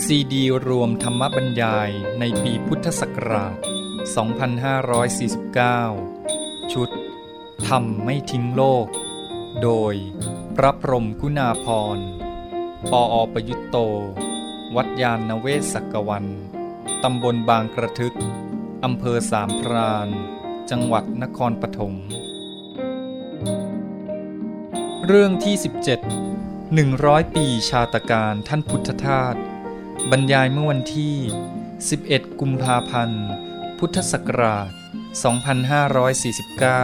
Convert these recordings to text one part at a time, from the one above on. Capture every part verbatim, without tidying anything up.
ซีดีรวมธรรมบรรยายในปีพุทธศักราช สองพันห้าร้อยสี่สิบเก้า ชุดธรรมไม่ทิ้งโลก โดยพระพรหมกุณาภรณ์ ปอ.ประยุตโต วัดยานนเวศกกวัน ตำบลบางกระทึก อำเภอสามพราน จังหวัดนครปฐม เรื่องที่ สิบเจ็ด หนึ่งร้อย ปีชาตการท่านพุทธทาสบรรยายเมื่อวันที่ สิบเอ็ด กุมภาพันธ์ พุทธศักราช สองพันห้าร้อยสี่สิบเก้า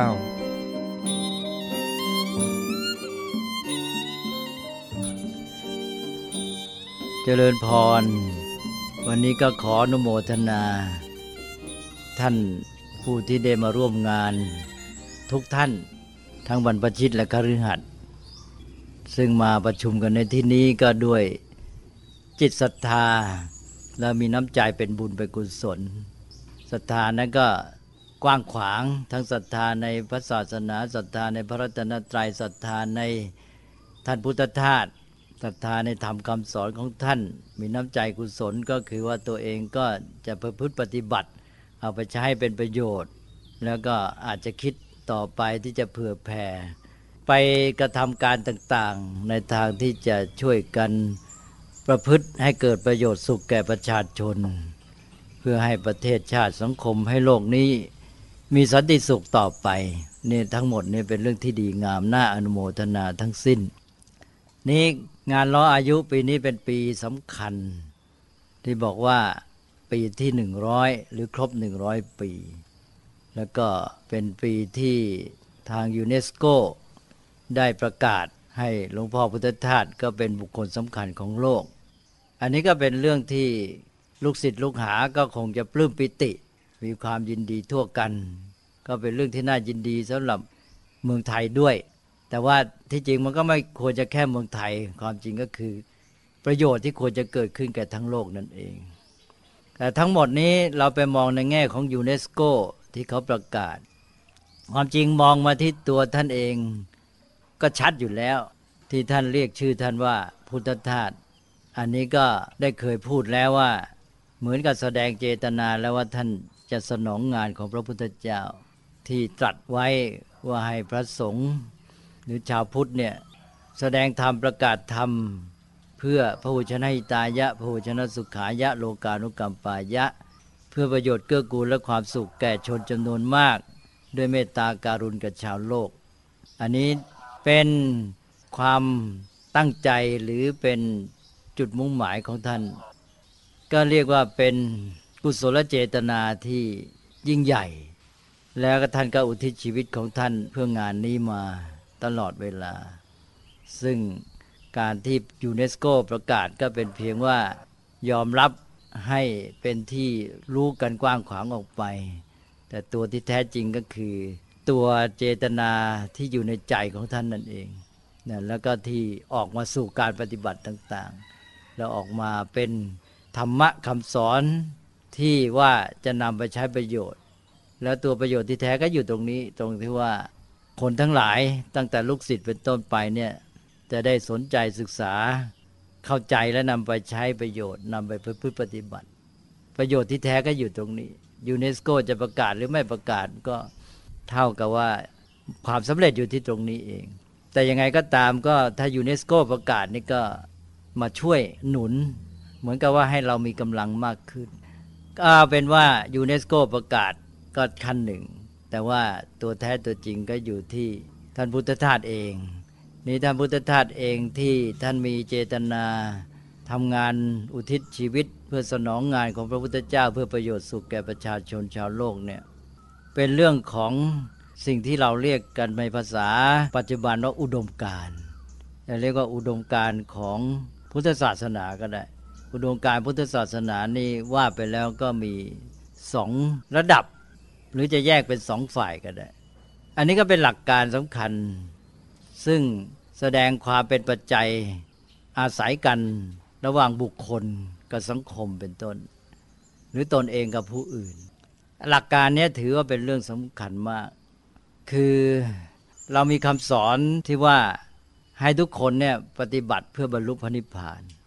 เจริญพรวันนี้ก็ขออนุโมทนาท่านผู้ที่ได้มาร่วมงานทุกท่านทั้งบรรพชิตและคฤหัสถ์ซึ่งมาประชุมกันในที่นี้ก็ด้วยจิตศรัทธาและมีน้ำใจเป็นบุญเป็นกุศลศรัทธานั้นก็กว้างขวางทั้งศรัทธาในพระศาสนาศรัทธาในพระรัตนตรัยศรัทธาในท่านพุทธทาสศรัทธาในธรรมคำสอนของท่านมีน้ำใจกุศลก็คือว่าตัวเองก็จะประพฤติปฏิบัติเอาไปใช้เป็นประโยชน์แล้วก็อาจจะคิดต่อไปที่จะเผื่อแผ่ไปกระทำการต่างๆในทางที่จะช่วยกันประพฤติให้เกิดประโยชน์สุขแก่ประชาชนเพื่อให้ประเทศชาติสังคมให้โลกนี้มีสันติสุขต่อไปนี่ทั้งหมดนี่เป็นเรื่องที่ดีงามน่าอนุโมทนาทั้งสิ้นนี้งานล้ออายุปีนี้เป็นปีสำคัญที่บอกว่าปีที่หนึ่งร้อยหรือครบหนึ่งร้อยปีแล้วก็เป็นปีที่ทางยูเนสโกได้ประกาศให้หลวงพ่อพุทธทาสก็เป็นบุคคลสำคัญของโลกอันนี้ก็เป็นเรื่องที่ลูกศิษย์ลูกหาก็คงจะปลื้มปิติมีความยินดีทั่วกันก็เป็นเรื่องที่น่ายินดีสำหรับเมืองไทยด้วยแต่ว่าที่จริงมันก็ไม่ควรจะแค่เมืองไทยความจริงก็คือประโยชน์ที่ควรจะเกิดขึ้นแก่ทั้งโลกนั่นเองแต่ทั้งหมดนี้เราไปมองในแง่ของยูเนสโกที่เขาประกาศความจริงมองมาที่ตัวท่านเองก็ชัดอยู่แล้วที่ท่านเรียกชื่อท่านว่าพุทธทาสอันนี้ก็ได้เคยพูดแล้วว่าเหมือนกับแสดงเจตนาแล้วว่าท่านจะสนองงานของพระพุทธเจ้าที่ตรัสไว้ว่าให้พระสงฆ์หรือชาวพุทธเนี่ยแสดงธรรมประกาศธรรมเพื่อพหุชนะหิตายะพหุชนะสุขายะโลกานุกัมปายะเพื่อประโยชน์เกื้อกูลและความสุขแก่ชนจำนวนมากด้วยเมตตาการุณกับชาวโลกอันนี้เป็นความตั้งใจหรือเป็นจุดมุ่งหมายของท่านก็เรียกว่าเป็นกุศลเจตนาที่ยิ่งใหญ่แล้วก็ท่านก็อุทิศชีวิตของท่านเพื่องานนี้มาตลอดเวลาซึ่งการที่ยูเนสโกประกาศก็เป็นเพียงว่ายอมรับให้เป็นที่รู้กันกว้างขวางออกไปแต่ตัวที่แท้จริงก็คือตัวเจตนาที่อยู่ในใจของท่านนั่นเองนะแล้วก็ที่ออกมาสู่การปฏิบัติต่างๆแล้วออกมาเป็นธรรมะคำสอนที่ว่าจะนำไปใช้ประโยชน์แล้วตัวประโยชน์ที่แท้ก็อยู่ตรงนี้ตรงที่ว่าคนทั้งหลายตั้งแต่ลูกศิษย์เป็นต้นไปเนี่ยจะได้สนใจศึกษาเข้าใจและนำไปใช้ประโยชน์นำไปประพฤติปฏิบัติประโยชน์ที่แท้ก็อยู่ตรงนี้ยูเนสโกจะประกาศหรือไม่ประกาศก็เท่ากับว่าความสำเร็จอยู่ที่ตรงนี้เองแต่ยังไงก็ตามก็ถ้ายูเนสโกประกาศนี่ก็มาช่วยหนุนเหมือนกับว่าให้เรามีกำลังมากขึ้นก็เอาเป็นว่ายูเนสโกประกาศก็ขั้นหนึ่งแต่ว่าตัวแท้ตัวจริงก็อยู่ที่ท่านพุทธทาสเองนี่ท่านพุทธทาสเองที่ท่านมีเจตนาทำงานอุทิศชีวิตเพื่อสนองงานของพระพุทธเจ้าเพื่อประโยชน์สุขแก่ประชาชนชาวโลกเนี่ยเป็นเรื่องของสิ่งที่เราเรียกกันในภาษาปัจจุบันว่าอุดมการณ์จะเรียกว่าอุดมการณ์ของพุทธศาสนาก็ได้อุดมการณ์พุทธศาสนานี่ว่าไปแล้วก็มีสองระดับหรือจะแยกเป็นสองฝ่ายก็ได้อันนี้ก็เป็นหลักการสำคัญซึ่งแสดงความเป็นปัจจัยอาศัยกันระหว่างบุคคลกับสังคมเป็นต้นหรือตนเองกับผู้อื่นหลักการนี้ถือว่าเป็นเรื่องสำคัญมากคือเรามีคำสอนที่ว่าให้ทุกคนเนี่ยปฏิบัติเพื่อบรรลุพระนิพพาน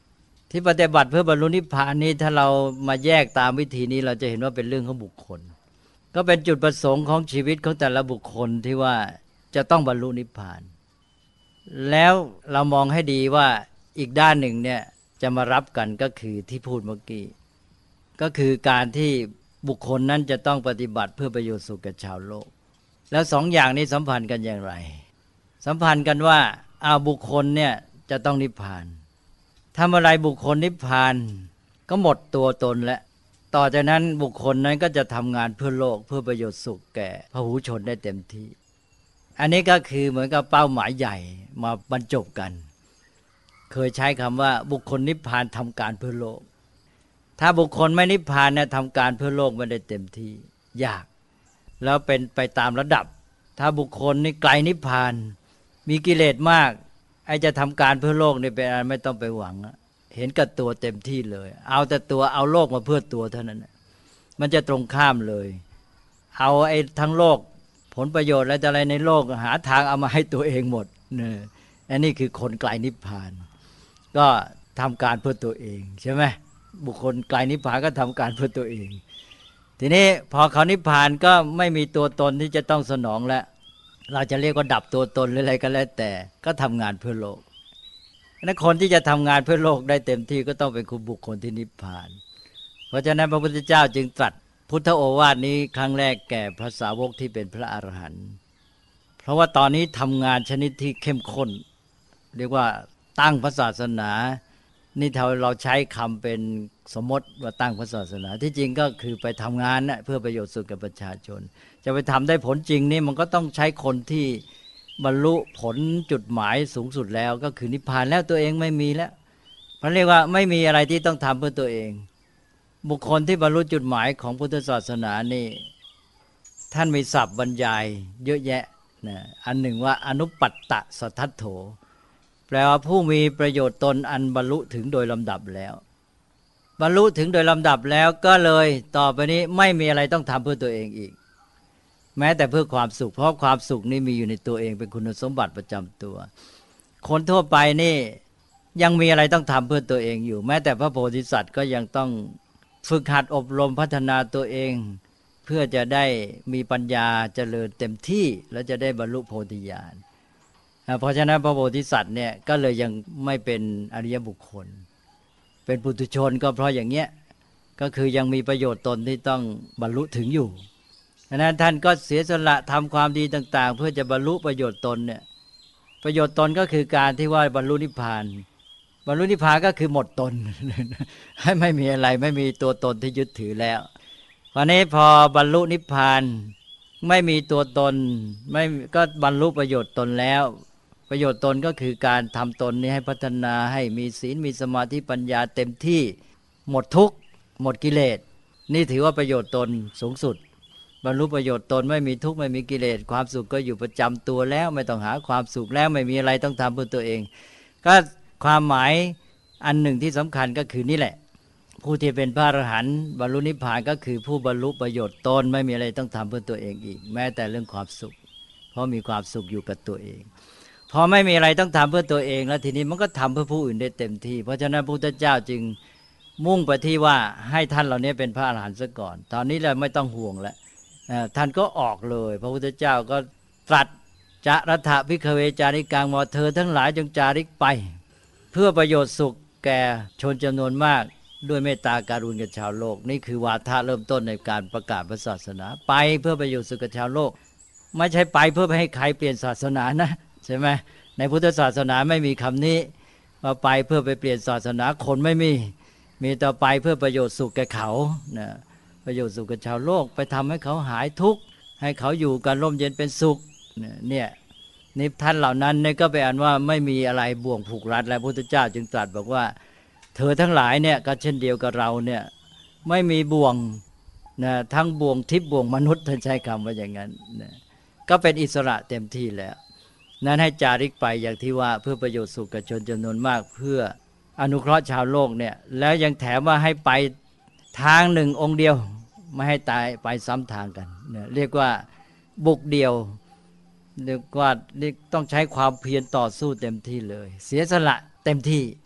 ที่ปฏิบัติเพื่อบรรลุนิพพานนี้ถ้าเรามาแยกตามวิธีนี้เราจะเห็นว่าเป็นเรื่องของบุคคลก็เป็นจุดประสงค์ของชีวิตของแต่ละบุคคลที่ว่าจะต้องบรรลุนิพพานแล้วเรามองให้ดีว่าอีกด้านหนึ่งเนี่ยจะมารับกันก็คือที่พูดเมื่อกี้ก็คือการที่บุคคลนั้นจะต้องปฏิบัติเพื่อประโยชน์สุขแก่ชาวโลกแล้วสองอย่างนี้สัมพันธ์กันอย่างไรสัมพันธ์กันว่าเอาบุคคลเนี่ยจะต้องนิพพานทำอะไรบุคคลนิพพานก็หมดตัวตนแล้วต่อจากนั้นบุคคลนั้นก็จะทำงานเพื่อโลกเพื่อประโยชน์สุขแก่พหูชนได้เต็มที่อันนี้ก็คือเหมือนกับเป้าหมายใหญ่มาบรรจบกันเคยใช้คำว่าบุคคลนิพพานทำการเพื่อโลกถ้าบุคคลไม่นิพพานเนี่ยทำการเพื่อโลกไม่ได้เต็มที่ยากแล้วเป็นไปตามระดับถ้าบุคคลนี่ไกลนิพพานมีกิเลสมากไอ้จะทำการเพื่อโลกนี่เป็นอะไรไม่ต้องไปหวังเห็นกับตัวเต็มที่เลยเอาแต่ตัวเอาโลกมาเพื่อตัวเท่านั้นมันจะตรงข้ามเลยเอาไอ้ทั้งโลกผลประโยชน์และอะไรในโลกหาทางเอามาให้ตัวเองหมดเนี่ยอันนี้คือคนไกลนิพพานก็ทำการเพื่อตัวเองใช่ไหมบุคคลไกลนิพพานก็ทำการเพื่อตัวเองทีนี้พอเขานิพพานก็ไม่มีตัวตนที่จะต้องสนองแล้วเราจะเรียกว่าดับตัวตนหรืออะไรก็แล้วแต่ก็ทำงานเพื่อโลกนั้นคนที่จะทำงานเพื่อโลกได้เต็มที่ก็ต้องเป็นคุณบุคคลที่นิพพานเพราะฉะนั้นพระพุทธเจ้าจึงตรัสพุทธโอวาทนี้ครั้งแรกแก่พระสาวกที่เป็นพระอรหันต์เพราะว่าตอนนี้ทำงานชนิดที่เข้มข้นเรียกว่าตั้งพระศาสนานี่เราใช้คำเป็นสมมติว่าตั้งพระศาสนาที่จริงก็คือไปทำงานนะเพื่อประโยชน์สุขกับประชาชนจะไปทำได้ผลจริงนี่มันก็ต้องใช้คนที่บรรลุผลจุดหมายสูงสุดแล้วก็คือนิพพานแล้วตัวเองไม่มีแล้วมันเรียกว่าไม่มีอะไรที่ต้องทำเพื่อตัวเองบุคคลที่บรรลุจุดหมายของพุทธศาสนานี่ท่านมีศัพท์บรรยายเยอะแยะนะอันหนึ่งว่าอนุปัตตสัทธัตโถแปลว่าผู้มีประโยชน์ตนอันบรรลุถึงโดยลำดับแล้วบรรลุถึงโดยลำดับแล้วก็เลยต่อไปนี้ไม่มีอะไรต้องทำเพื่อตัวเองอีกแม้แต่เพื่อความสุขเพราะความสุขนี่มีอยู่ในตัวเองเป็นคุณสมบัติประจำตัวคนทั่วไปนี่ยังมีอะไรต้องทำเพื่อตัวเองอยู่แม้แต่พระโพธิสัตว์ก็ยังต้องฝึกหัดอบรมพัฒนาตัวเองเพื่อจะได้มีปัญญาเจริญเต็มที่แล้วจะได้บรรลุโพธิญาณเพราะฉะนั้นพระโพธิสัตว์เนี่ยก็เลยยังไม่เป็นอริยบุคคลเป็นปุถุชนก็เพราะอย่างเงี้ยก็คือยังมีประโยชน์ตนที่ต้องบรรลุถึงอยู่ดังนั้นท่านก็เสียสละทำความดีต่างๆเพื่อจะบรรลุประโยชน์ตนเนี่ยประโยชน์ตนก็คือการที่ว่าบรรลุนิพพานบรรลุนิพพานก็คือหมดตนให้ไม่มีอะไรไม่มีตัวตนที่ยึดถือแล้ววันนี้พอบรรลุนิพพานไม่มีตัวตนไม่ก็บรรลุประโยชน์ตนแล้วประโยชน์ตนก็คือการทำตนนี้ให้พัฒนาให้มีศีลมีสมาธิปัญญาเต็มที่หมดทุกข์หมดกิเลสนี่ถือว่าประโยชน์ตนสูงสุดบรรลุประโยชน์ตนไม่มีทุกข์ไม่มีกิเลสความสุขก็อยู่ประจำตัวแล้วไม่ต้องหาความสุขแล้วไม่มีอะไรต้องทำเพื่อตัวเองก็ความหมายอันหนึ่งที่สำคัญก็คือนี่แหละผู้ที่เป็นพระอรหันต์บรรลุนิพพานก็คือผู้บรรลุประโยชน์ตนไม่มีอะไรต้องทำเพื่อตัวเองอีกแม้แต่เรื่องความสุขเพราะมีความสุขอยู่กับตัวเองพอไม่มีอะไรต้องทำเพื่อตัวเองแล้วทีนี้มันก็ทำเพื่อผู้อื่นได้เต็มที่เพราะฉะนั้นพระพุทธเจ้าจึงมุ่งไปที่ว่าให้ท่านเหล่านี้เป็นพระอรหันต์ซะก่อนตอนนี้เราไม่ต้องห่วงแล้วท่านก็ออกเลยพระพุทธเจ้าก็ตรัสจะรัฐภิกขเวจาริกังว่าเธอทั้งหลายจงจาริกไปเพื่อประโยชน์สุขแก่ชนจำนวนมากด้วยเมตตาการุณกับชาวโลกนี่คือวาทะเริ่มต้นในการประกาศพระศาสนาไปเพื่อประโยชน์สุขกับชาวโลกไม่ใช่ไปเพื่อให้ใครเปลี่ยนศาสนานะใช่ไหมในพุทธศาสนาไม่มีคำนี้ว่าไปเพื่อไปเปลี่ยนศาสนาคนไม่มีมีแต่ไปเพื่อประโยชน์สุขแก่เขานะประโยชน์สุขกับชาวโลกไปทำให้เขาหายทุกข์ให้เขาอยู่กันร่มเย็นเป็นสุขเนี่ยนี่ท่านเหล่านั้นเนี่ยก็ไปอ่านว่าไม่มีอะไรบ่วงผูกรัดและพระพุทธเจ้าจึงตรัสบอกว่าเธอทั้งหลายเนี่ยก็เช่นเดียวกับเราเนี่ยไม่มีบ่วงนะทั้งบ่วงทิพย์บ่วงมนุษย์ท่านใช้คำว่าอย่างนั้นนะก็เป็นอิสระเต็มที่แล้วนั้นให้จาริกไปอย่างที่ว่าเพื่อประโยชน์สุขกับชนจำนวนมากเพื่ออนุเคราะห์ชาวโลกเนี่ยแล้วยังแถมว่าให้ไปทางหนึ่งองค์เดียวไม่ให้ตายไปซ้ำทางกันเนี่ยเรียกว่าบุกเดียวเรียกว่าต้องใช้ความเพียรต่อสู้เต็มที่เลยเสียสละเต็มที่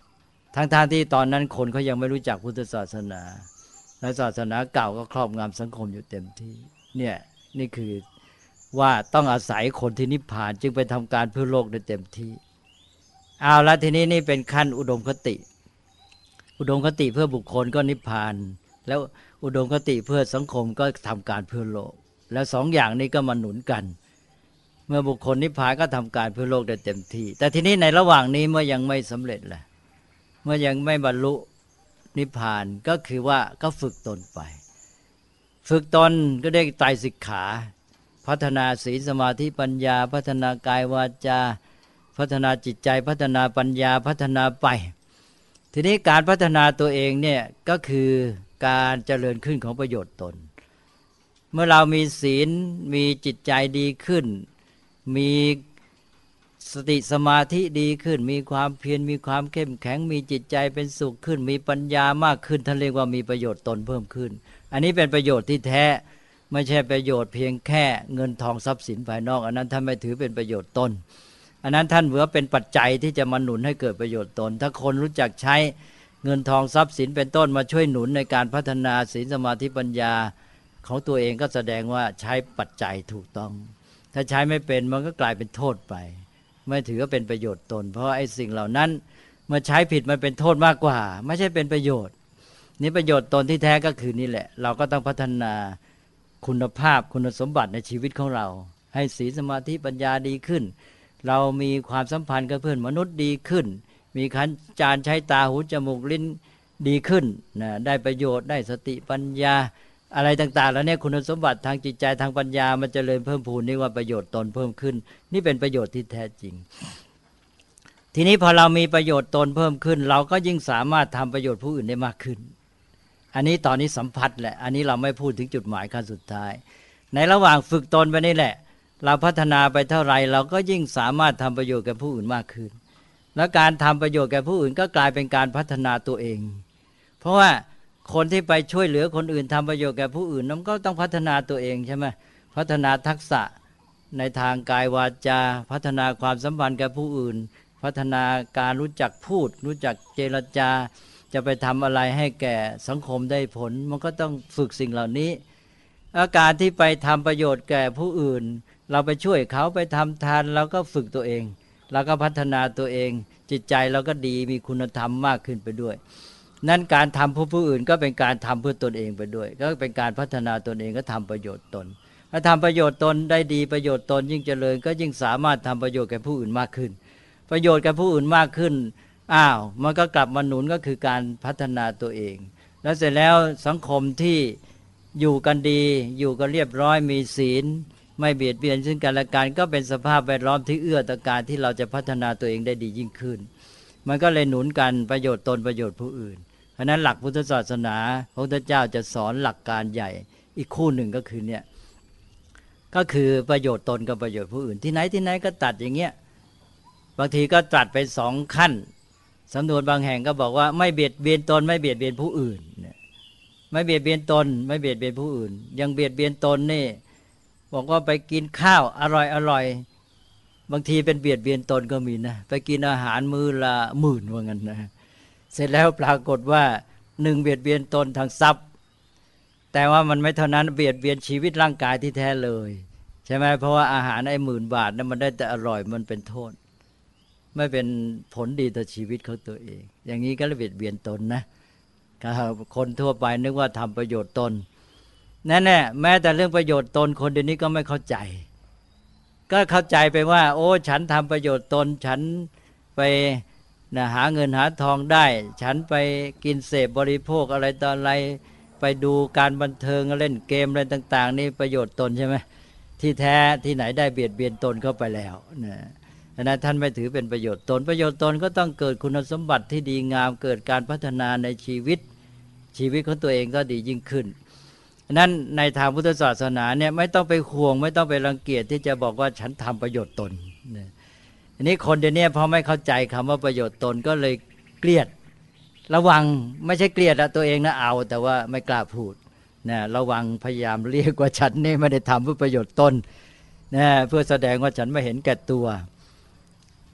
ทั้งๆ ท, ที่ตอนนั้นคนเขายังไม่รู้จักพุทธศาสนาและศาสนาเก่าก็ครอบงำสังคมอยู่เต็มที่เนี่ยนี่คือว่าต้องอาศัยคนที่นิพพานจึงไปทำการเพื่อโลกได้เต็มที่เอาละทีนี้นี่เป็นขั้นอุดมคติอุดมคติเพื่อบุคคลก็นิพพานแล้วอุดมคติเพื่อสังคมก็ทำการเพื่อโลกแล้วสองอย่างนี้ก็มาหนุนกันเมื่อบุคคลนิพพานก็ทำการเพื่อโลกได้เต็มที่แต่ทีนี้ในระหว่างนี้เมื่อยังไม่สำเร็จล่ะเมื่อยังไม่บรรลุนิพพานก็คือว่าก็ฝึกตนไปฝึกตนก็ได้ไตรสิกขาพัฒนาศีลสมาธิปัญญาพัฒนากายวาจาพัฒนาจิตใจพัฒนาปัญญาพัฒนาไปทีนี้การพัฒนาตัวเองเนี่ยก็คือการเจริญขึ้นของประโยชน์ตนเมื่อเรามีศีลมีจิตใจดีขึ้นมีสติสมาธิดีขึ้นมีความเพียรมีความเข้มแข็งมีจิตใจเป็นสุขขึ้นมีปัญญามากขึ้นท่านเรียกว่ามีประโยชน์ตนเพิ่มขึ้นอันนี้เป็นประโยชน์ที่แท้ไม่ใช่ประโยชน์เพียงแค่เงินทองทรัพย์สินภายนอกอันนั้นท่านไม่ถือเป็นประโยชน์ตนอันนั้นท่านเหมือนเป็นปัจจัยที่จะมาหนุนให้เกิดประโยชน์ตนถ้าคนรู้จักใช้เงินทองทรัพย์สินเป็นต้นมาช่วยหนุนในการพัฒนาศีลสมาธิปัญญาของตัวเองก็แสดงว่าใช้ปัจจัยถูกต้องถ้าใช้ไม่เป็นมันก็กลายเป็นโทษไปไม่ถือว่าเป็นประโยชน์ตนเพราะไอ้สิ่งเหล่านั้นเมื่อใช้ผิดมันเป็นโทษมากกว่าไม่ใช่เป็นประโยชน์นี่ประโยชน์ตนที่แท้ก็คือนี่แหละเราก็ต้องพัฒนาคุณภาพคุณสมบัติในชีวิตของเราให้ศีลสมาธิปัญญาดีขึ้นเรามีความสัมพันธ์กับเพื่อนมนุษย์ดีขึ้นมีการใช้ตาหูจมูกลิ้นดีขึ้นนะได้ประโยชน์ได้สติปัญญาอะไรต่างๆแล้วเนี่ยคุณสมบัติทางจิตใจทางปัญญามันเจริญเพิ่มพูนนี่ว่าประโยชน์ตนเพิ่มขึ้นนี่เป็นประโยชน์ที่แท้จริงทีนี้พอเรามีประโยชน์ตนเพิ่มขึ้นเราก็ยิ่งสามารถทำประโยชน์ผู้อื่นได้มากขึ้นอันนี้ตอนนี้สัมผัสแหละอันนี้เราไม่พูดถึงจุดหมายขั้นสุดท้ายในระหว่างฝึกตนไปนี่แหละเราพัฒนาไปเท่าไรเราก็ยิ่งสามารถทำประโยชน์แก่ผู้อื่นมากขึ้นแล้วการทำประโยชน์แก่ผู้อื่นก็กลายเป็นการพัฒนาตัวเองเพราะว่าคนที่ไปช่วยเหลือคนอื่นทำประโยชน์แก่ผู้อื่นนั้นก็ต้องพัฒนาตัวเองใช่ไหมพัฒนาทักษะในทางกายวาจาพัฒนาความสัมพันธ์กับผู้อื่นพัฒนาการรู้จักพูดรู้จักเจรจาจะไปทำอะไรให้แก่สังคมได้ผลมันก็ต้องฝึกสิ่งเหล่านี้อาการที่ไปทำประโยชน์แก่ผู้อื่นเราไปช่วยเขาไปทำทานเราก็ฝึกตัวเองเราก็พัฒนาตัวเองจิตใจเราก็ดีมีคุณธรรมมากขึ้นไปด้วยนั่นการทำเพื่อผู้อื่นก็เป็นการทำเพื่อตนเองไปด้วยก็เป็นการพัฒนาตนเองก็ทำประโยชน์ตนถ้าทำประโยชน์ตนได้ดีประโยชน์ตนยิ่งเจริญก็ยิ่งสามารถทำประโยชน์แก่ผู้อื่นมากขึ้นประโยชน์แก่ผู้อื่นมากขึ้นอ้าวมันก็กลับมาหนุนก็คือการพัฒนาตัวเองแล้วเสร็จแล้วสังคมที่อยู่กันดีอยู่กันเรียบร้อยมีศีลไม่เบียดเบียนซึ่งกันและกันก็เป็นสภาพแวดล้อมที่เอื้อต่อการที่เราจะพัฒนาตัวเองได้ดียิ่งขึ้นมันก็เลยหนุนกันประโยชน์ตนประโยชน์ผู้อื่นเพราะนั้นหลักพุทธศาสนาพระพุทธเจ้าจะสอนหลักการใหญ่อีกคู่หนึ่งก็คือเนี่ยก็คือประโยชน์ตนกับประโยชน์ผู้อื่นที่ไหนที่ไหนก็ตัดอย่างเงี้ยบางทีก็ตรัสไปสองขั้นสำนวนบางแห่งก็บอกว่าไม่เบียดเบียนตนไม่เบียดเบียนผู้อื่นไม่เบียดเบียนตนไม่เบียดเบียนผู้อื่นยังเบียดเบียนตนนี่บอกว่าไปกินข้าวอร่อยอร่อยบางทีเป็นเบียดเบียนตนก็มีนะไปกินอาหารมื้อละหมื่นว่างั้นนะเสร็จแล้วปรากฏว่าหนึ่งเบียดเบียนตนทางทรัพย์แต่ว่ามันไม่เท่านั้นเบียดเบียนชีวิตร่างกายที่แท้เลยใช่ไหมเพราะว่าอาหารไอ้หมื่นบาทนั้นมันได้แต่อร่อยมันเป็นโทษไม่เป็นผลดีต่อชีวิตของตัวเองอย่างนี้ก็เบียดเบียนตนนะคนทั่วไปนึกว่าทำประโยชน์ตนนั่นแหละแม้แต่เรื่องประโยชน์ตนคนเดี๋ยวนี้ก็ไม่เข้าใจก็เข้าใจไปว่าโอ้ฉันทำประโยชน์ตนฉันไปนะหาเงินหาทองได้ฉันไปกินเสพบริโภคอะไรต่ออะไรไปดูการบันเทิงเล่นเกมอะไรต่างๆนี่ประโยชน์ตนใช่ไหมที่แท้ที่ไหนได้เบียดเบียนตนเข้าไปแล้วนะดังนั้นท่านไม่ถือเป็นประโยชน์ตนประโยชน์ตนก็ต้องเกิดคุณสมบัติที่ดีงามเกิดการพัฒนาในชีวิตชีวิตของตัวเองก็ดียิ่งขึ้นนั้นในทางพุทธศาสนาเนี่ยไม่ต้องไปห่วงไม่ต้องไปรังเกียจที่จะบอกว่าฉันทำประโยชน์ตนอันนี้คนเดี๋ยวนี้พอไม่เข้าใจคำว่าประโยชน์ตนก็เลยเกลียดระวังไม่ใช่เกลียดอะตัวเองนะเอาแต่ว่าไม่กล้าพูดนะระวังพยายามเรียกว่าฉันนี่ไม่ได้ทำเพื่อประโยชน์ตนนะเพื่อแสดงว่าฉันไม่เห็นแก่ตัว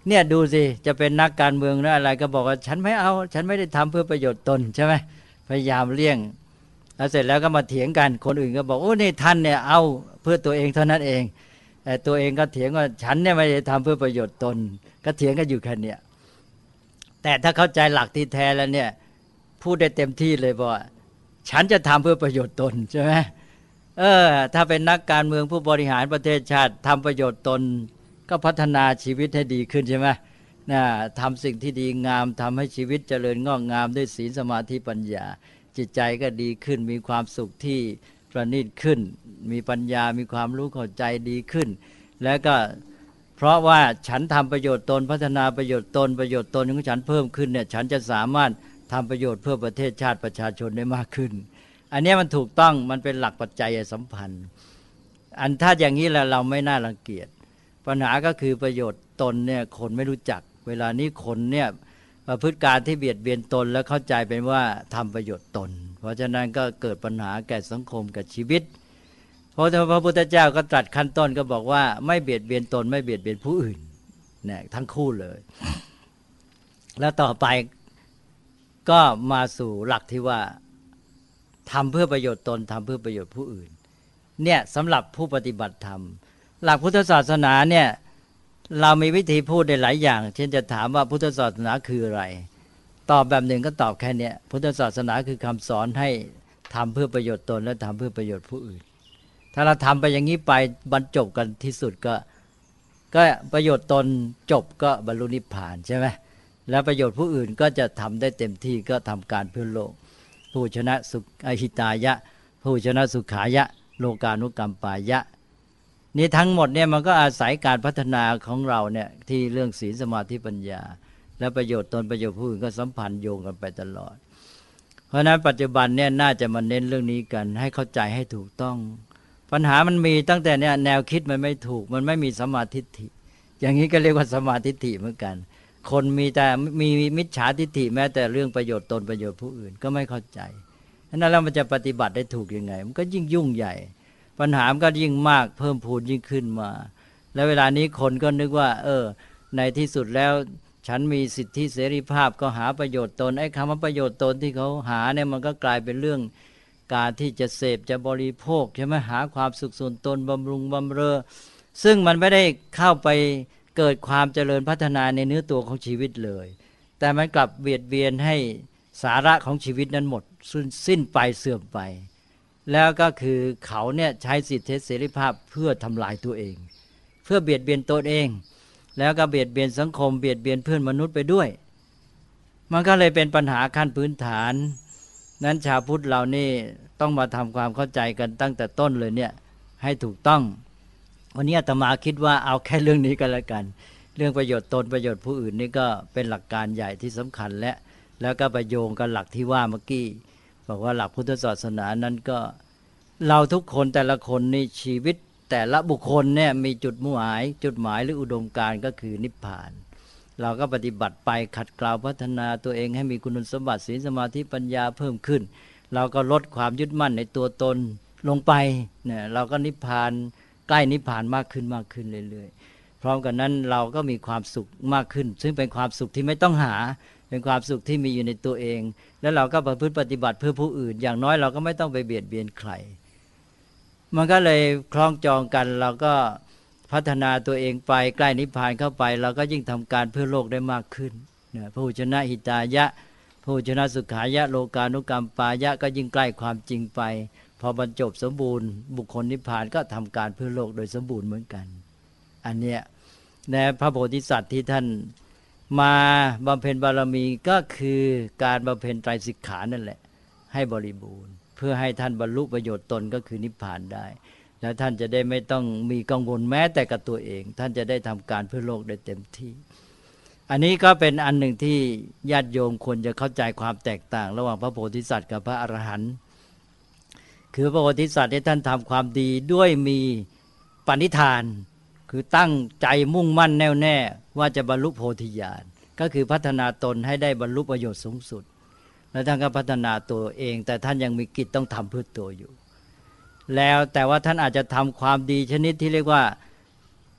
เนี่ยดูสิจะเป็นนักการเมืองหรืออะไรก็บอกว่าฉันไม่เอาฉันไม่ได้ทำเพื่อประโยชน์ตนใช่ไหมพยายามเลี่ยงแล้วเสร็จแล้วก็มาเถียงกันคนอื่นก็บอกโอ้นี่ท่านเนี่ยเอาเพื่อตัวเองเท่านั้นเองแต่ตัวเองก็เถียงว่าฉันเนี่ยไม่ได้ทำเพื่อประโยชน์ตนก็เถียงกันอยู่แค่นี้แต่ถ้าเข้าใจหลักที่แท้แล้วเนี่ยพูดได้เต็มที่เลยว่าฉันจะทำเพื่อประโยชน์ตนใช่ไหมเออถ้าเป็นนักการเมืองผู้บริหารประเทศชาติทำประโยชน์ตนก็พัฒนาชีวิตให้ดีขึ้นใช่ไหมนะทำสิ่งที่ดีงามทำให้ชีวิตเจริญงอกงามด้วยศีลสมาธิปัญญาจิตใจก็ดีขึ้นมีความสุขที่ประณีตขึ้นมีปัญญามีความรู้เข้าใจดีขึ้นแล้วก็เพราะว่าฉันทำประโยชน์ตนพัฒนาประโยชน์ตนประโยชน์ตนของฉันเพิ่มขึ้นเนี่ยฉันจะสามารถทำประโยชน์เพื่อประเทศชาติประชาชนได้มากขึ้นอันนี้มันถูกต้องมันเป็นหลักปัจจัยสัมพันธ์อันถ้าอย่างนี้แล้วเราไม่น่ารังเกียจปัญหาก็คือประโยชน์ตนเนี่ยคนไม่รู้จักเวลานี้คนเนี่ยประพฤติการที่เบียดเบียนตนแล้วเข้าใจเป็นว่าทำประโยชน์ตนเพราะฉะนั้นก็เกิดปัญหาแก่สังคมกับชีวิตเพราะพระพุทธเจ้าก็ตรัสขั้นต้นก็บอกว่าไม่เบียดเบียนตนไม่เบียดเบียนผู้อื่นเนี่ยทั้งคู่เลยแล้วต่อไปก็มาสู่หลักที่ว่าทำเพื่อประโยชน์ตนทำเพื่อประโยชน์ผู้อื่นเนี่ยสำหรับผู้ปฏิบัติธรรมหลักพุทธศาสนาเนี่ยเรามีวิธีพูดได้หลายอย่างเช่นจะถามว่าพุทธศาสนาคืออะไรตอบแบบหนึ่งก็ตอบแค่นี้พุทธศาสนาคือคำสอนให้ทำเพื่อประโยชน์ตนและทำเพื่อประโยชน์ผู้อื่นถ้าเราทำไปอย่างนี้ไปบรรจบกันที่สุดก็ก็ประโยชน์ตนจบก็บรรลุนิพพานใช่ไหมแล้วประโยชน์ผู้อื่นก็จะทำได้เต็มที่ก็ทำการเพื่อโลกผู้ชนะสุขอหิตายะผู้ชนะสุขายะโลกานุกรรมปายะนี่ทั้งหมดเนี่ยมันก็อาศัยการพัฒนาของเราเนี่ยที่เรื่องศีลสมาธิปัญญาและประโยชน์ตนประโยชน์ผู้อื่นก็สัมพันธ์โยงกันไปตลอดเพราะนั้นปัจจุบันเนี่ยน่าจะมาเน้นเรื่องนี้กันให้เข้าใจให้ถูกต้องปัญหามันมีตั้งแต่เนี่ยแนวคิดมันไม่ถูกมันไม่มีสัมมาทิฏฐิอย่างนี้ก็เรียกว่าสัมมาทิฏฐิเหมือนกันคนมีแต่มีมิจฉาทิฏฐิแม้แต่เรื่องประโยชน์ตนประโยชน์ผู้อื่นก็ไม่เข้าใจนั้นแล้วมันจะปฏิบัติได้ถูกยังไงมันก็ยิ่งยุ่งใหญ่ปัญหามันก็ยิ่งมากเพิ่มพูนยิ่งขึ้นมาแล้วเวลานี้คนก็นึกว่าเออในที่สุดแล้วฉันมีสิทธิเสรีภาพก็หาประโยชน์ตนไอ้คำว่าประโยชน์ตนที่เขาหาเนี่ยมันก็กลายเป็นเรื่องการที่จะเสพจะบริโภคใช่ไหมหาความสุขส่วนตนบำรุงบำเรอซึ่งมันไม่ได้เข้าไปเกิดความเจริญพัฒนาในเนื้อตัวของชีวิตเลยแต่มันกลับเบียดเบียนให้สาระของชีวิตนั้นหมดสิ้นไปเสื่อมไปแล้วก็คือเขาเนี่ยใช้สิทธิเสรีภาพเพื่อทำลายตัวเองเพื่อเบียดเบียนตนเองแล้วก็เบียดเบียนสังคมเบียดเบียนเพื่อนมนุษย์ไปด้วยมันก็เลยเป็นปัญหาขั้นพื้นฐานนั้นชาวพุทธเรานี่ต้องมาทำความเข้าใจกันตั้งแต่ต้นเลยเนี่ยให้ถูกต้องวันนี้อาตมาคิดว่าเอาแค่เรื่องนี้กันละกันเรื่องประโยชน์ตนประโยชน์ผู้อื่นนี่ก็เป็นหลักการใหญ่ที่สำคัญและแล้วก็ประโยงกับหลักที่ว่าเมื่อกี้บอกว่าหลักพุทธศาสนานั้นก็เราทุกคนแต่ละคนในชีวิตแต่ละบุคคลเนี่ยมีจุดมุ่งหมายจุดหมายหรืออุดมการณ์ก็คือนิพพานเราก็ปฏิบัติไปขัดเกลาพัฒนาตัวเองให้มีคุณสมบัติศีลสมาธิปัญญาเพิ่มขึ้นเราก็ลดความยึดมั่นในตัวตนลงไปเนี่ยเราก็นิพพานใกล้นิพพานมากขึ้นมากขึ้นเรื่อยๆพร้อมกันนั้นเราก็มีความสุขมากขึ้นซึ่งเป็นความสุขที่ไม่ต้องหาเป็นความสุขที่มีอยู่ในตัวเองแล้วเราก็ประพฤติปฏิบัติเพื่อผู้อื่นอย่างน้อยเราก็ไม่ต้องไปเบียดเบียนใครมันก็เลยคล้องจองกันเราก็พัฒนาตัวเองไปใกล้นิพพานเข้าไปเราก็ยิ่งทำการเพื่อโลกได้มากขึ้นพระหุชนะหิตายะพระหุชนะสุขายะโลกานุกรรมปายะก็ยิ่งใกล้ความจริงไปพอบรรจบสมบูรณ์บุคคลนิพพานก็ทำการเพื่อโลกโดยสมบูรณ์เหมือนกันอันเนี้ยในพระโพธิสัตว์ที่ท่านมาบำเพ็ญบารมีก็คือการบำเพ็ญไตรสิกขานั่นแหละให้บริบูรณ์เพื่อให้ท่านบรรลุประโยชน์ตนก็คือนิพพานได้แล้วท่านจะได้ไม่ต้องมีกังวลแม้แต่กับตัวเองท่านจะได้ทำการเพื่อโลกได้เต็มที่อันนี้ก็เป็นอันหนึ่งที่ญาติโยมควรจะเข้าใจความแตกต่างระหว่างพระโพธิสัตว์กับพระอรหันต์คือพระโพธิสัตว์ที่ท่านทำความดีด้วยมีปณิธานคือตั้งใจมุ่งมั่นแน่วแน่ว่าจะบรรลุโพธิญาณก็คือพัฒนาตนให้ได้บรรลุประโยชน์สูงสุดแล้วท่านก็พัฒนาตัวเองแต่ท่านยังมีกิจต้องทำเพื่อตัวอยู่แล้วแต่ว่าท่านอาจจะทำความดีชนิดที่เรียกว่า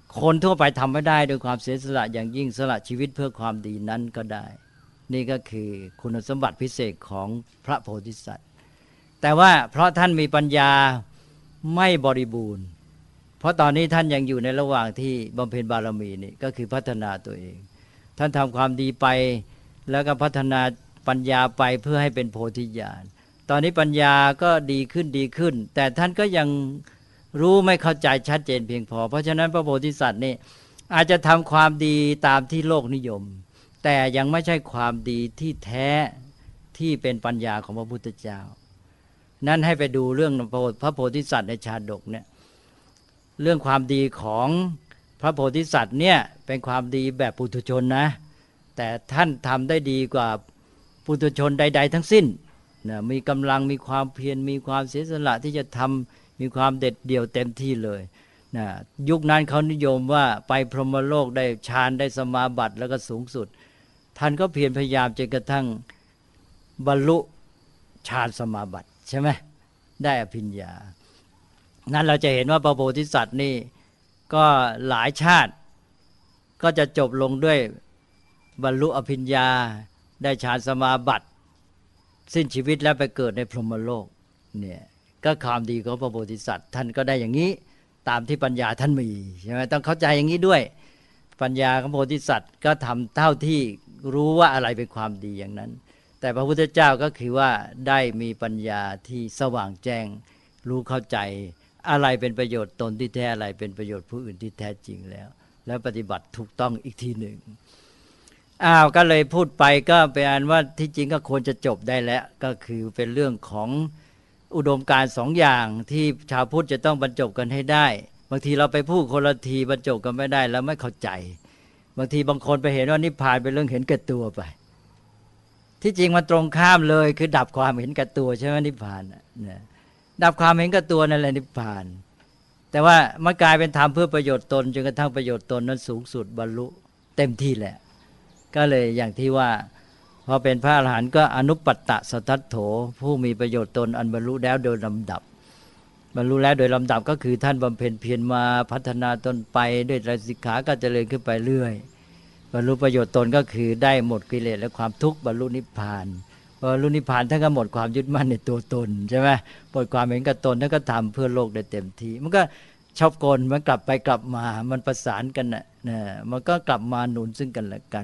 คนทั่วไปทำไม่ได้ด้วยความเสียสละอย่างยิ่งสละชีวิตเพื่อความดีนั้นก็ได้นี่ก็คือคุณสมบัติพิเศษของพระโพธิสัตว์แต่ว่าเพราะท่านมีปัญญาไม่บริบูรณ์เพราะตอนนี้ท่านยังอยู่ในระหว่างที่บำเพ็ญบารมีนี่ก็คือพัฒนาตัวเองท่านทำความดีไปแล้วก็พัฒนาปัญญาไปเพื่อให้เป็นโพธิญาณตอนนี้ปัญญาก็ดีขึ้นดีขึ้นแต่ท่านก็ยังรู้ไม่เข้าใจชัดเจนเพียงพอเพราะฉะนั้นพระโพธิสัตว์นี่อาจจะทำความดีตามที่โลกนิยมแต่ยังไม่ใช่ความดีที่แท้ที่เป็นปัญญาของพระพุทธเจ้านั้นให้ไปดูเรื่องพระโพธิสัตว์ในชาดกเนี่ยเรื่องความดีของพระโพธิสัตว์เนี่ยเป็นความดีแบบปุถุชนนะแต่ท่านทำได้ดีกว่าปุถุชนใดๆทั้งสิ้นนะมีกำลังมีความเพียรมีความเสียสละที่จะทำมีความเด็ดเดี่ยวเต็มที่เลยนะยุคนั้นเขานิยมว่าไปพรหมโลกได้ฌานได้สมาบัติแล้วก็สูงสุดท่านก็เพียรพยายามจนกระทั่งบรรลุฌานสมาบัติใช่ไหมได้อภิญญานั้นเราจะเห็นว่าพระโพธิสัตว์นี่ก็หลายชาติก็จะจบลงด้วยบรรลุอภิญญาได้ฌานสมาบัติสิ้นชีวิตแล้วไปเกิดในพรหมโลกเนี่ยก็ความดีของพระโพธิสัตว์ท่านก็ได้อย่างนี้ตามที่ปัญญาท่านมีใช่ไหมต้องเข้าใจอย่างนี้ด้วยปัญญาของพระโพธิสัตว์ก็ทำเท่าที่รู้ว่าอะไรเป็นความดีอย่างนั้นแต่พระพุทธเจ้าก็คือว่าได้มีปัญญาที่สว่างแจ้งรู้เข้าใจอะไรเป็นประโยชน์ตนที่แท้อะไรเป็นประโยชน์ผู้อื่นที่แท้จริงแล้วแล้วปฏิบัติถูกต้องอีกทีหนึ่งอ้าวก็เลยพูดไปก็เป็นอันว่าที่จริงก็ควรจะจบได้แล้วก็คือเป็นเรื่องของอุดมการณ์สองอย่างที่ชาวพุทธจะต้องบรรจบกันให้ได้บางทีเราไปพูดคนละทีบรรจบกันไม่ได้แล้วไม่เข้าใจบางทีบางคนไปเห็นว่านิพพานเป็นเรื่องเห็นแก่ตัวไปที่จริงมันตรงข้ามเลยคือดับความเห็นแก่ตัวใช่ไหมนิพพานนะดับความเห็นแก่ตัวนั่นแหละนิพพานแต่ว่ามันกลายเป็นธรรมเพื่อประโยชน์ตนจนกระทั่งประโยชน์ตนนั้นสูงสุดบรรลุเต็มที่แหละก็เลยอย่างที่ว่าพอเป็นพระอรหันต์ก็อนุปัตตะสัทธัตโถผู้มีประโยชน์ตนอันบรรลุแล้วโดยลำดับบรรลุแล้วโดยลำดับก็คือท่านบำเพ็ญเพียรมาพัฒนาตนไปด้วยไตรสิกขาก็เจริญขึ้นไปเรื่อยบรรลุประโยชน์ตนก็คือได้หมดกิเลสและความทุกข์บรรลุนิพพานบรรลุนิพพานท่านก็หมดความยึดมั่นในตัวตนใช่ไหมหมดความเห็นกับตนท่านก็ทำเพื่อโลกได้เต็มที่มันก็ชอบกลมันกลับไปกลับมามันประสานกันนะนะมันก็กลับมาหนุนซึ่งกันและกัน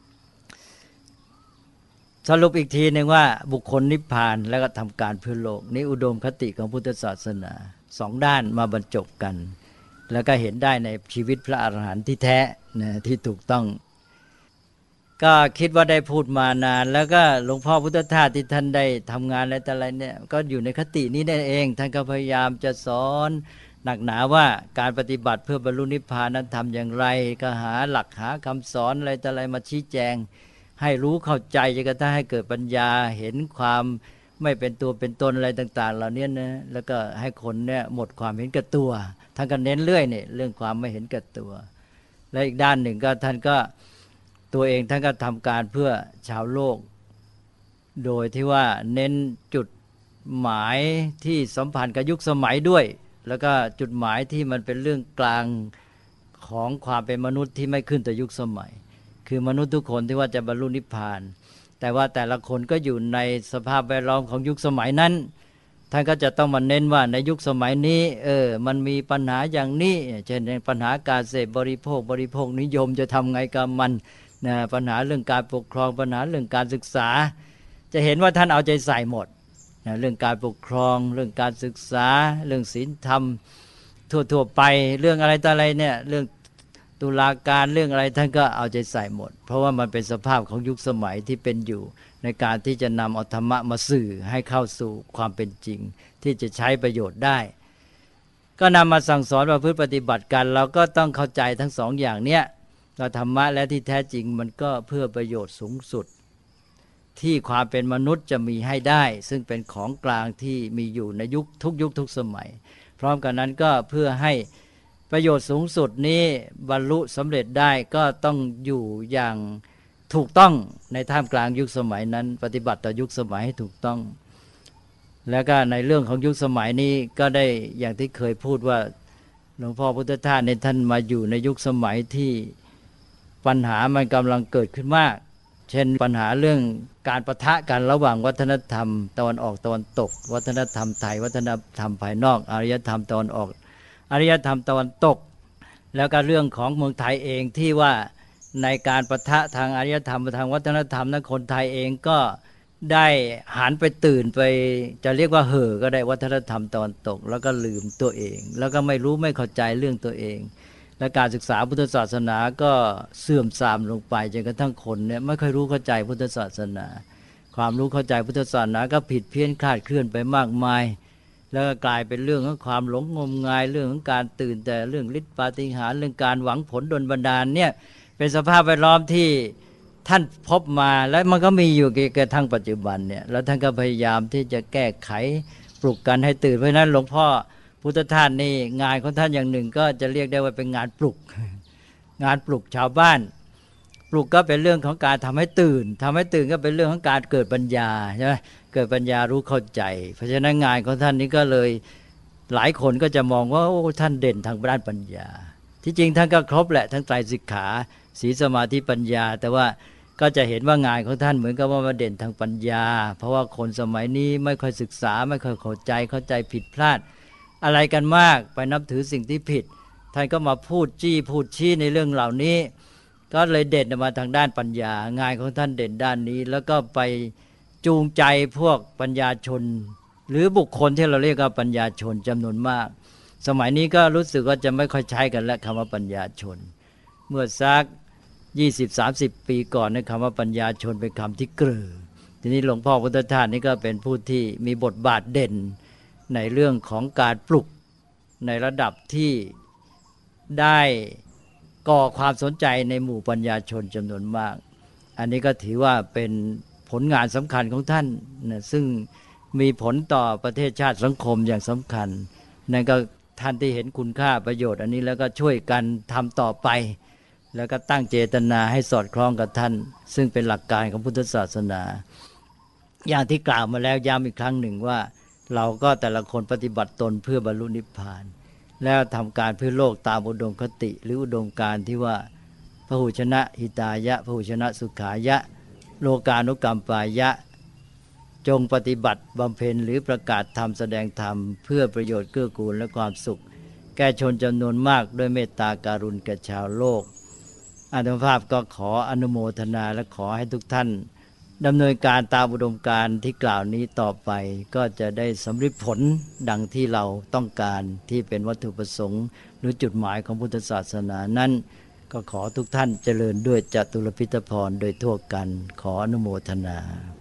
สรุปอีกทีหนึ่งว่าบุคคลนิพพานแล้วก็ทำการเพื่อโลกนี่อุดมคติของพุทธศาสนาสองด้านมาบรรจบกันแล้วก็เห็นได้ในชีวิตพระอรหันต์ที่แท้นะที่ถูกต้องก็คิดว่าได้พูดมานานแล้วก็หลวงพ่อพุทธทาสที่ท่านได้ทำงานอะไรแต่อะไรเนี่ยก็อยู่ในคตินี้นั่นเองท่านก็พยายามจะสอนหนักหนาว่าการปฏิบัติเพื่อบรรลุนิพพานนั้นทำอย่างไรก็หาหลักหาคำสอนอะไรแต่อะไรมาชี้แจงให้รู้เข้าใจจนกระทั่งให้เกิดปัญญาเห็นความไม่เป็นตัวเป็นตนอะไรต่างๆเหล่านี้นะแล้วก็ให้คนเนี่ยหมดความเห็นแก่ตัวท่านก็เน้นเรื่อยเนี่ยเรื่องความไม่เห็นแก่ตัวและอีกด้านหนึ่งก็ท่านก็ตัวเองท่านก็ทำการเพื่อชาวโลกโดยที่ว่าเน้นจุดหมายที่สัมพันธ์กับยุคสมัยด้วยแล้วก็จุดหมายที่มันเป็นเรื่องกลางของความเป็นมนุษย์ที่ไม่ขึ้นต่อยุคสมัยคือมนุษย์ทุกคนที่ว่าจะบรรลุนิพพานแต่ว่าแต่ละคนก็อยู่ในสภาพแวดล้อมของยุคสมัยนั้นท่านก็จะต้องมาเน้นว่าในยุคสมัยนี้เออมันมีปัญหาอย่างนี้เช่นปัญหาการเสพบริโภคบริโภคนิยมจะทำไงกับมันนะปัญหาเรื่องการปกครองปัญหาเรื่องการศึกษาจะเห็นว่าท่านเอาใจใส่หมดนะเรื่องการปกครองเรื่องการศึกษาเรื่องศีลธรรมทั่วๆไปเรื่องอะไรต่ออะไรเนี่ยเรื่องตุลาการเรื่องอะไรท่านก็เอาใจใส่หมดเพราะว่ามันเป็นสภาพของยุคสมัยที่เป็นอยู่ในการที่จะนำเอาธรรมะมาสื่อให้เข้าสู่ความเป็นจริงที่จะใช้ประโยชน์ได้ก็นำมาสั่งสอนประพฤติปฏิบัติกันเราก็ต้องเข้าใจทั้งสองอย่างเนี้ยว่าธรรมะและที่แท้จริงมันก็เพื่อประโยชน์สูงสุดที่ความเป็นมนุษย์จะมีให้ได้ซึ่งเป็นของกลางที่มีอยู่ในยุคทุกยุคทุกสมัยพร้อมกันนั้นก็เพื่อให้ประโยชน์สูงสุดนี้บรรลุสำเร็จได้ก็ต้องอยู่อย่างถูกต้องในท่ามกลางยุคสมัยนั้นปฏิบัติต่อยุคสมัยให้ถูกต้องแล้วก็ในเรื่องของยุคสมัยนี้ก็ได้อย่างที่เคยพูดว่าหลวงพ่อพุทธทาสในท่านมาอยู่ในยุคสมัยที่ปัญหามันกำลังเกิดขึ้นมากเช่นปัญหาเรื่องการปะทะกันระหว่างวัฒนธรรมตะวันออกตะวันตกวัฒนธรรมไทยวัฒนธรรมภายนอกอารยธรรมตะวันออกอารยธรรมตะวันตกแล้วก็เรื่องของเมืองไทยเองที่ว่าในการปะทะทางอารยธรรมทางวัฒนธรรมนั้นคนไทยเองก็ได้หันไปตื่นไปจะเรียกว่าเห่อก็ได้วัฒนธรรมตะวันตกแล้วก็ลืมตัวเองแล้วก็ไม่รู้ไม่เข้าใจเรื่องตัวเองและการศึกษาพุทธศาสนาก็เสื่อมทรามลงไปจนกระทั่งคนเนี่ยไม่ค่อยรู้เข้าใจพุทธศาสนาความรู้เข้าใจพุทธศาสนาก็ผิดเพี้ยนคลาดเคลื่อนไปมากมายแล้วก็กลายเป็นเรื่องของความหลงงมงายเรื่องของการตื่นแต่เรื่องฤทธิปาฏิหาริย์เรื่องการหวังผลดลบันดาลเนี่ยเป็นสภาพแวดล้อมที่ท่านพบมาและมันก็มีอยู่กระทั่งปัจจุบันเนี่ยแล้วท่านก็พยายามที่จะแก้ไขปลุกกันให้ตื่นเพราะนั้นหลวงพ่อพุทธทาสนี่งานของท่านอย่างหนึ่งก็จะเรียกได้ว่าเป็นงานปลุกงานปลุกชาวบ้านปลุกก็เป็นเรื่องของการทำให้ตื่นทำให้ตื่นก็เป็นเรื่องของการเกิดปัญญาใช่ไหมเกิดปัญญารู้เข้าใจเพราะฉะนั้นงานของท่านนี้ก็เลยหลายคนก็จะมองว่าโอ้ท่านเด่นทางด้านปัญญาที่จริงท่านก็ครบแหละทั้งไตรสิกขาศีลสมาธิปัญญาแต่ว่าก็จะเห็นว่างานของท่านเหมือนกับว่ามาเด่นทางปัญญาเพราะว่าคนสมัยนี้ไม่ค่อยศึกษาไม่ค่อยเข้าใจเข้าใจผิดพลาดอะไรกันมากไปนับถือสิ่งที่ผิดท่านก็มาพูดจี้พูดชี้ในเรื่องเหล่านี้ก็เลยเด่นมาทางด้านปัญญางานของท่านเด่นด้านนี้แล้วก็ไปจูงใจพวกปัญญาชนหรือบุคคลที่เราเรียกว่าปัญญาชนจำนวนมากสมัยนี้ก็รู้สึกว่าจะไม่ค่อยใช้กันแล้วคำว่าปัญญาชนเมื่อสัก ยี่สิบสามสิบ ปีก่อนในคำว่าปัญญาชนเป็นคำที่เกลือทีนี้หลวงพ่อพุทธทาสนี่ก็เป็นผู้ที่มีบทบาทเด่นในเรื่องของการปลุกในระดับที่ได้ก่อความสนใจในหมู่ปัญญาชนจำนวนมากอันนี้ก็ถือว่าเป็นผลงานสำคัญของท่านนะซึ่งมีผลต่อประเทศชาติสังคมอย่างสำคัญนั่นก็ท่านที่เห็นคุณค่าประโยชน์อันนี้แล้วก็ช่วยกันทำต่อไปแล้วก็ตั้งเจตนาให้สอดคล้องกับท่านซึ่งเป็นหลักการของพุทธศาสนาอย่างที่กล่าวมาแล้วย้ำอีกครั้งหนึ่งว่าเราก็แต่ละคนปฏิบัติตนเพื่อบรรลุนิพพานแล้วทำการเพื่อโลกตามอุดมคติหรืออุดมการณ์ที่ว่าพหุชนะหิตายะพหุชนะสุขายะโลกานุกรรมปายะจงปฏิบัติบำเพ็ญหรือประกาศธรรมแสดงธรรมเพื่อประโยชน์เกื้อกูลและความสุขแก่ชนจำนวนมากด้วยเมตตาการุณแก่ชาวโลกอาตมาภาพก็ขออนุโมทนาและขอให้ทุกท่านดำเนินการตามอุดมการณ์ที่กล่าวนี้ต่อไปก็จะได้สำเร็จผลดังที่เราต้องการที่เป็นวัตถุประสงค์หรือจุดหมายของพุทธศาสนานั้นก็ขอทุกท่านเจริญด้วยจตุรพิธพรโดยทั่วกันขออนุโมทนา